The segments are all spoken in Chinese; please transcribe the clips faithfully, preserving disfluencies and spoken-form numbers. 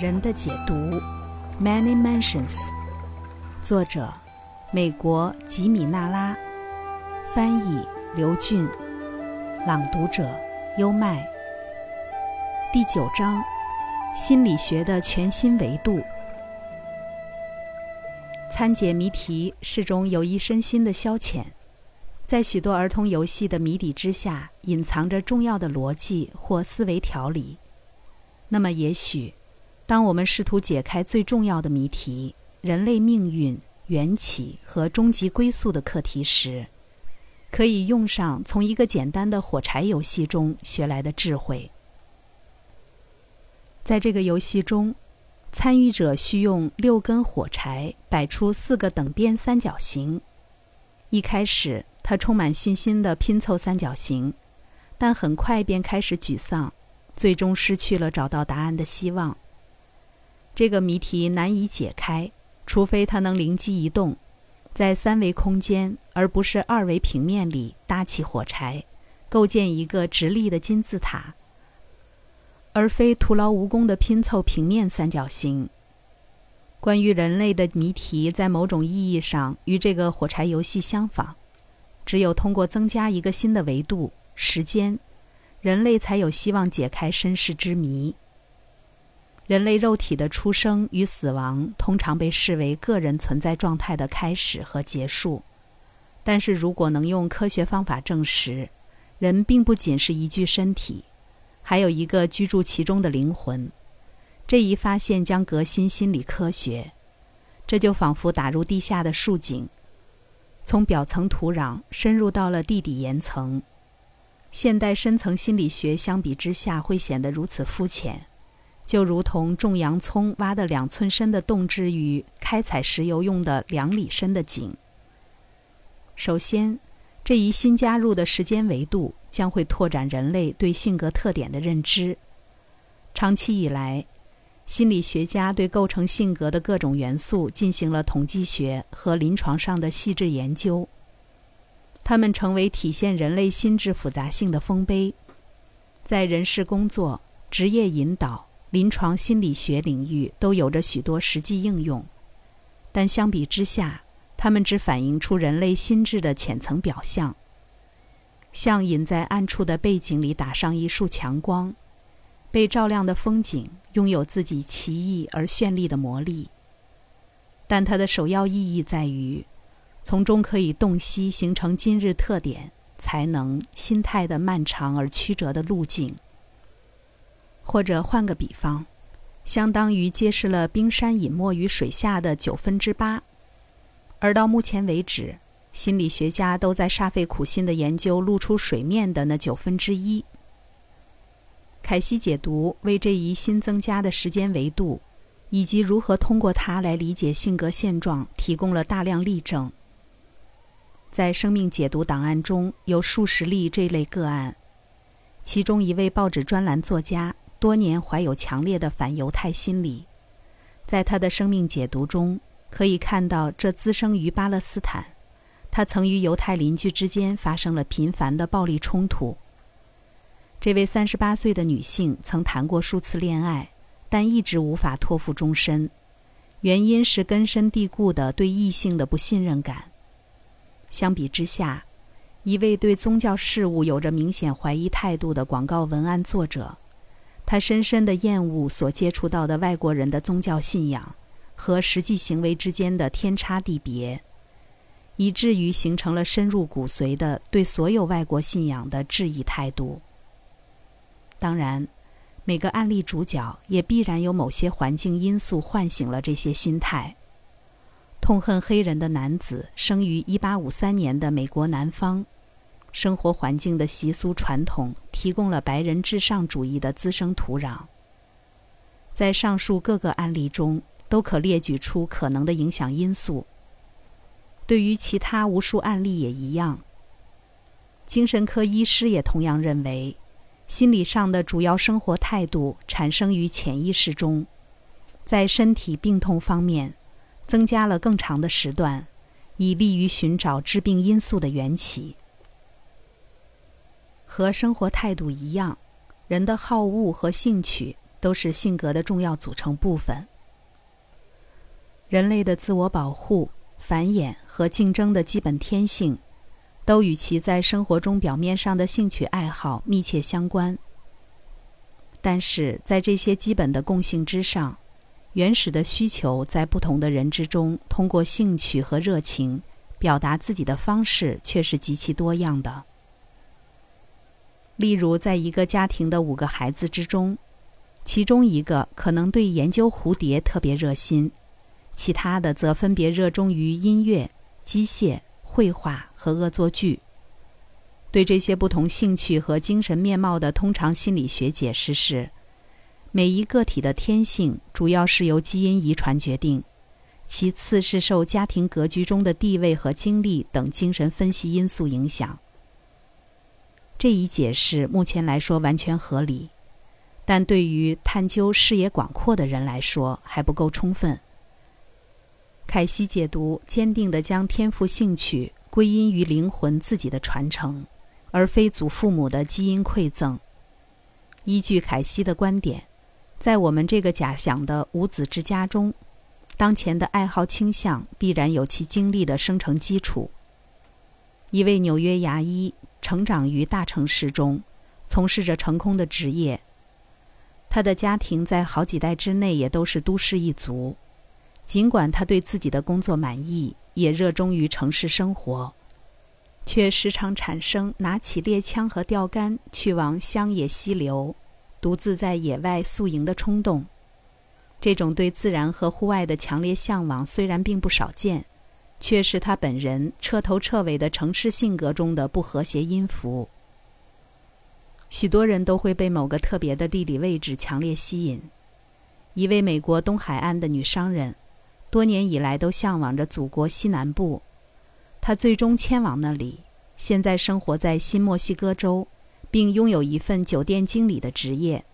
人的解读 Many Mansions， 作者美国吉米纳拉，翻译刘俊，朗读者优麦。第九章，心理学的全新维度。参解谜题是种有益身心的消遣，在许多儿童游戏的谜底之下隐藏着重要的逻辑或思维条理。那么也许当我们试图解开最重要的谜题，人类命运、缘起和终极归宿的课题时，可以用上从一个简单的火柴游戏中学来的智慧。在这个游戏中，参与者需用六根火柴摆出四个等边三角形。一开始他充满信心地拼凑三角形，但很快便开始沮丧，最终失去了找到答案的希望。这个谜题难以解开，除非他能灵机一动，在三维空间而不是二维平面里搭起火柴，构建一个直立的金字塔，而非徒劳无功地拼凑平面三角形。关于人类的谜题在某种意义上与这个火柴游戏相仿，只有通过增加一个新的维度——时间，人类才有希望解开身世之谜。人类肉体的出生与死亡通常被视为个人存在状态的开始和结束，但是如果能用科学方法证实，人并不仅是一具身体，还有一个居住其中的灵魂，这一发现将革新心理科学。这就仿佛打入地下的竖井，从表层土壤深入到了地底岩层。现代深层心理学相比之下会显得如此肤浅，就如同种洋葱挖的两寸深的洞之于开采石油用的两里深的井。首先，这一新加入的时间维度将会拓展人类对性格特点的认知。长期以来，心理学家对构成性格的各种元素进行了统计学和临床上的细致研究，它们成为体现人类心智复杂性的丰碑，在人事工作、职业引导、临床心理学领域都有着许多实际应用。但相比之下，它们只反映出人类心智的浅层表象，像隐在暗处的背景里打上一束强光，被照亮的风景拥有自己奇异而绚丽的魔力。但它的首要意义在于从中可以洞悉形成今日特点、才能、心态的漫长而曲折的路径。或者换个比方，相当于揭示了冰山隐没于水下的九分之八。而到目前为止，心理学家都在煞费苦心地研究露出水面的那九分之一。凯西解读为这一新增加的时间维度，以及如何通过它来理解性格现状，提供了大量例证。在生命解读档案中有数十例这类个案，其中一位报纸专栏作家多年怀有强烈的反犹太心理，在他的生命解读中可以看到这滋生于巴勒斯坦，他曾与犹太邻居之间发生了频繁的暴力冲突。这位三十八岁的女性曾谈过数次恋爱，但一直无法托付终身，原因是根深蒂固的对异性的不信任感。相比之下，一位对宗教事务有着明显怀疑态度的广告文案作者，他深深地厌恶所接触到的外国人的宗教信仰和实际行为之间的天差地别，以至于形成了深入骨髓的对所有外国信仰的质疑态度。当然，每个案例主角也必然有某些环境因素唤醒了这些心态。痛恨黑人的男子生于一八五三年的美国南方，生活环境的习俗传统提供了白人至上主义的滋生土壤。在上述各个案例中都可列举出可能的影响因素，对于其他无数案例也一样。精神科医师也同样认为，心理上的主要生活态度产生于潜意识中，在身体病痛方面增加了更长的时段，以利于寻找致病因素的缘起。和生活态度一样，人的好恶和兴趣都是性格的重要组成部分。人类的自我保护、繁衍和竞争的基本天性，都与其在生活中表面上的兴趣爱好密切相关。但是在这些基本的共性之上，原始的需求在不同的人之中，通过兴趣和热情表达自己的方式却是极其多样的。例如，在一个家庭的五个孩子之中，其中一个可能对研究蝴蝶特别热心，其他的则分别热衷于音乐、机械、绘画和恶作剧。对这些不同兴趣和精神面貌的通常心理学解释是，每一个体的天性主要是由基因遗传决定，其次是受家庭格局中的地位和经历等精神分析因素影响。这一解释目前来说完全合理，但对于探究视野广阔的人来说还不够充分。凯西解读坚定地将天赋兴趣归因于灵魂自己的传承，而非祖父母的基因馈赠。依据凯西的观点，在我们这个假想的无子之家中，当前的爱好倾向必然有其经历的生成基础。一位纽约牙医成长于大城市中，从事着成功的职业，他的家庭在好几代之内也都是都市一族。尽管他对自己的工作满意，也热衷于城市生活，却时常产生拿起猎枪和钓竿去往乡野溪流，独自在野外宿营的冲动。这种对自然和户外的强烈向往虽然并不少见，却是他本人彻头彻尾的城市性格中的不和谐音符。许多人都会被某个特别的地理位置强烈吸引。一位美国东海岸的女商人，多年以来都向往着祖国西南部，她最终迁往那里，现在生活在新墨西哥州，并拥有一份酒店经理的职业。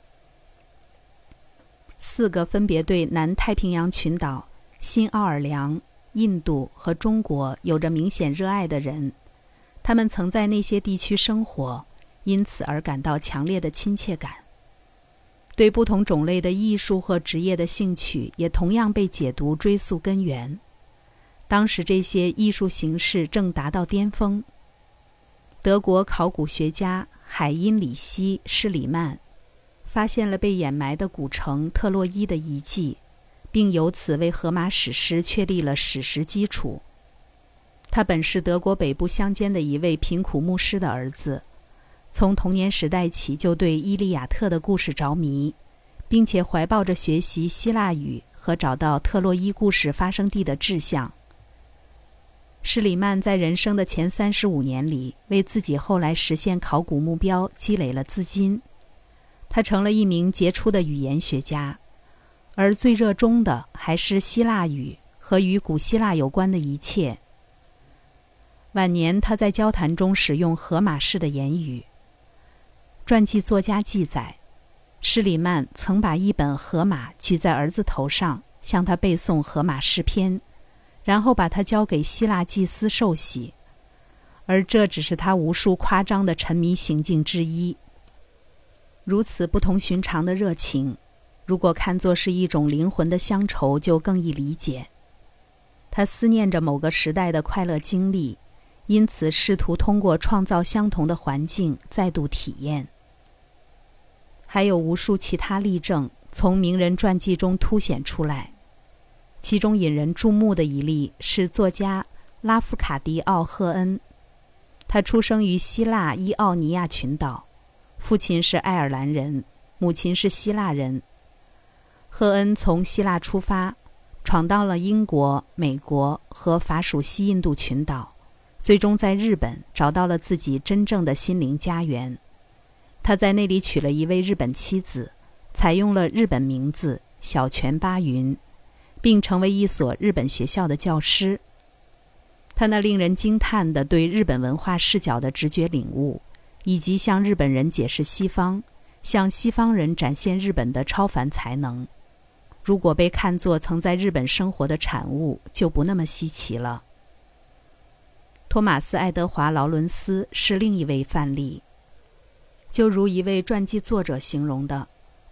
四个分别对南太平洋群岛、新奥尔良、印度和中国有着明显热爱的人，他们曾在那些地区生活，因此而感到强烈的亲切感。对不同种类的艺术和职业的兴趣也同样被解读追溯根源。当时这些艺术形式正达到巅峰。德国考古学家海因里希·施里曼发现了被掩埋的古城特洛伊的遗迹，并由此为荷马史诗确立了史实基础。他本是德国北部乡间的一位贫苦牧师的儿子，从童年时代起就对《伊利亚特》的故事着迷，并且怀抱着学习希腊语和找到特洛伊故事发生地的志向。施里曼在人生的前三十五年里，为自己后来实现考古目标积累了资金。他成了一名杰出的语言学家，而最热衷的还是希腊语和与古希腊有关的一切。晚年他在交谈中使用荷马式的言语。传记作家记载，施里曼曾把一本荷马举在儿子头上，向他背诵荷马诗篇，然后把它交给希腊祭司受洗，而这只是他无数夸张的沉迷行径之一。如此不同寻常的热情，如果看作是一种灵魂的乡愁，就更易理解。他思念着某个时代的快乐经历，因此试图通过创造相同的环境再度体验。还有无数其他例证从名人传记中凸显出来，其中引人注目的一例是作家拉夫卡迪奥·赫恩。他出生于希腊伊奥尼亚群岛，父亲是爱尔兰人，母亲是希腊人。赫恩从希腊出发，闯荡了英国、美国和法属西印度群岛，最终在日本找到了自己真正的心灵家园。他在那里娶了一位日本妻子，采用了日本名字小泉八云，并成为一所日本学校的教师。他那令人惊叹的对日本文化视角的直觉领悟，以及向日本人解释西方，向西方人展现日本的超凡才能，如果被看作曾在日本生活的产物，就不那么稀奇了。托马斯·爱德华·劳伦斯是另一位范例。就如一位传记作者形容的，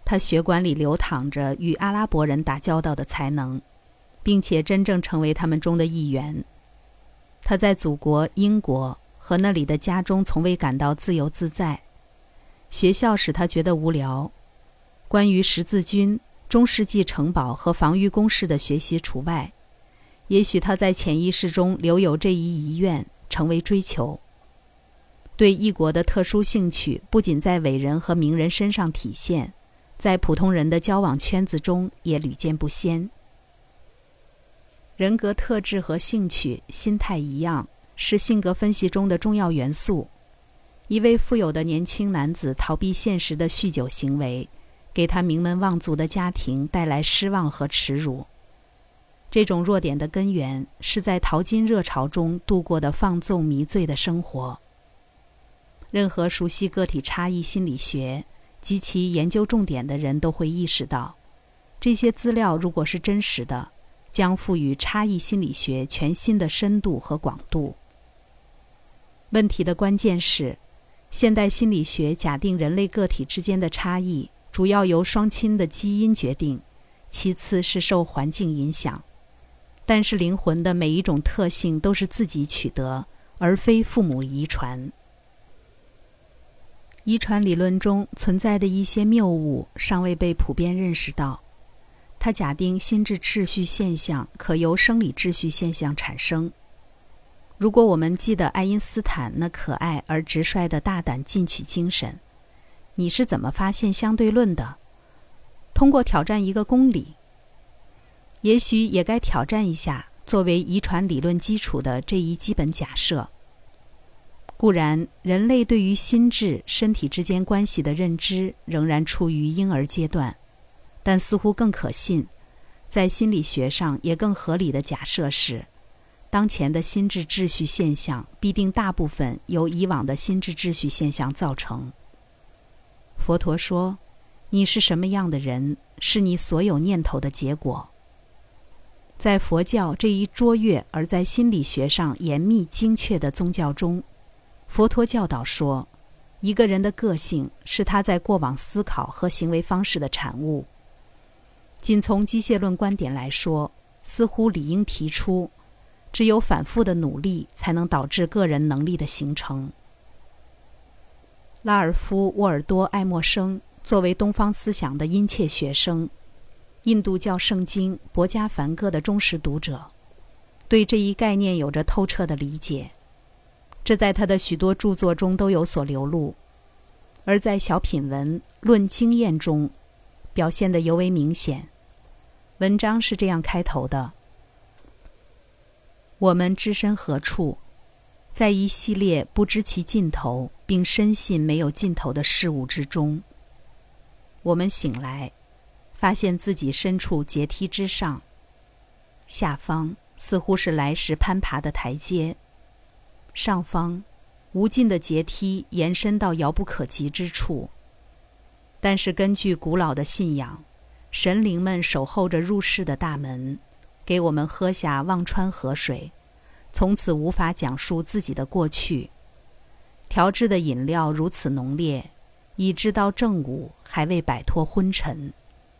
他血管里流淌着与阿拉伯人打交道的才能，并且真正成为他们中的一员。他在祖国英国和那里的家中从未感到自由自在，学校使他觉得无聊。关于十字军、中世纪城堡和防御工事的学习除外，也许他在潜意识中留有这一遗愿，成为追求。对异国的特殊兴趣不仅在伟人和名人身上体现，在普通人的交往圈子中也屡见不鲜。人格特质和兴趣、心态一样，是性格分析中的重要元素。一位富有的年轻男子逃避现实的酗酒行为，给他名门望族的家庭带来失望和耻辱。这种弱点的根源是在淘金热潮中度过的放纵迷醉的生活。任何熟悉个体差异心理学及其研究重点的人都会意识到，这些资料如果是真实的，将赋予差异心理学全新的深度和广度。问题的关键是，现代心理学假定人类个体之间的差异主要由双亲的基因决定，其次是受环境影响。但是灵魂的每一种特性都是自己取得，而非父母遗传。遗传理论中存在的一些谬误尚未被普遍认识到。它假定心智秩序现象可由生理秩序现象产生。如果我们记得爱因斯坦那可爱而直率的大胆进取精神，你是怎么发现相对论的？通过挑战一个公理。也许也该挑战一下作为遗传理论基础的这一基本假设。固然，人类对于心智、身体之间关系的认知仍然处于婴儿阶段，但似乎更可信，在心理学上也更合理的假设是，当前的心智秩序现象必定大部分由以往的心智秩序现象造成。佛陀说，你是什么样的人，是你所有念头的结果。在佛教这一卓越而在心理学上严密精确的宗教中，佛陀教导说，一个人的个性是他在过往思考和行为方式的产物。仅从机械论观点来说，似乎理应提出，只有反复的努力才能导致个人能力的形成。拉尔夫·沃尔多·爱默生作为东方思想的殷切学生，印度教圣经《薄伽梵歌》的忠实读者，对这一概念有着透彻的理解，这在他的许多著作中都有所流露，而在小品文《论经验》中表现得尤为明显。文章是这样开头的：我们置身何处，在一系列不知其尽头并深信没有尽头的事物之中。我们醒来，发现自己身处阶梯之上，下方似乎是来时攀爬的台阶，上方无尽的阶梯延伸到遥不可及之处。但是根据古老的信仰，神灵们守候着入世的大门，给我们喝下忘川河水，从此无法讲述自己的过去。调制的饮料如此浓烈，以致到正午还未摆脱昏沉。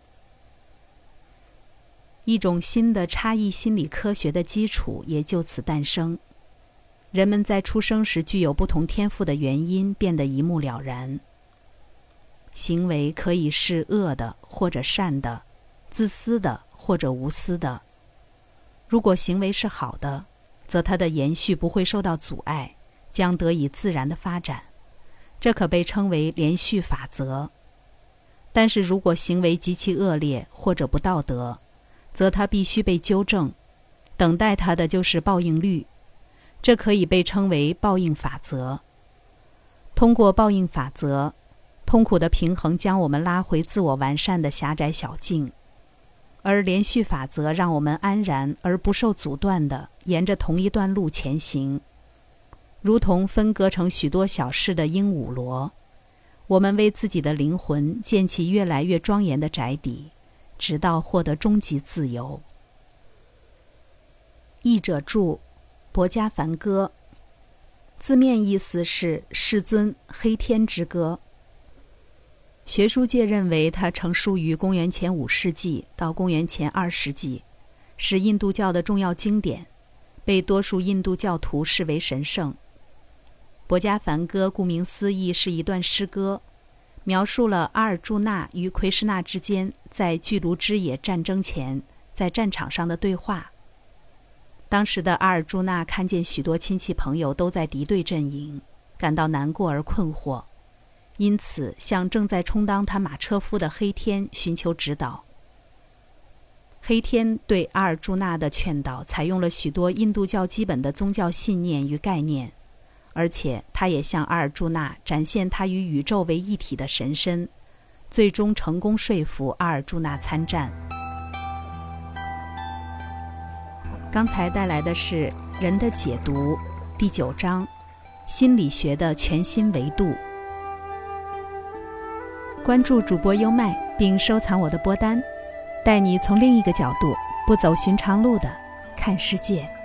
一种新的差异心理科学的基础也就此诞生。人们在出生时具有不同天赋的原因变得一目了然。行为可以是恶的或者善的，自私的或者无私的。如果行为是好的，则它的延续不会受到阻碍，将得以自然的发展，这可被称为连续法则。但是如果行为极其恶劣或者不道德，则它必须被纠正，等待它的就是报应律，这可以被称为报应法则。通过报应法则，痛苦的平衡将我们拉回自我完善的狭窄小径，而连续法则让我们安然而不受阻断地沿着同一段路前行，如同分割成许多小事的鹦鹉螺。我们为自己的灵魂建起越来越庄严的宅邸，直到获得终极自由。译者注：薄伽梵歌，字面意思是世尊黑天之歌。 学术界认为它成书于公元前五世纪到公元前二世纪，是印度教的重要经典，被多数印度教徒视为神圣。薄伽梵歌顾名思义是一段诗歌，描述了阿尔朱纳与奎师那之间在巨卢之野战争前在战场上的对话。当时的阿尔朱纳看见许多亲戚朋友都在敌对阵营，感到难过而困惑，因此向正在充当他马车夫的黑天寻求指导。黑天对阿尔朱纳的劝导采用了许多印度教基本的宗教信念与概念，而且他也向阿尔朱纳展现他与宇宙为一体的神身，最终成功说服阿尔朱纳参战。刚才带来的是《人的解读》第九章，心理学的全新维度。关注主播优麦，并收藏我的播单，带你从另一个角度，不走寻常路的看世界。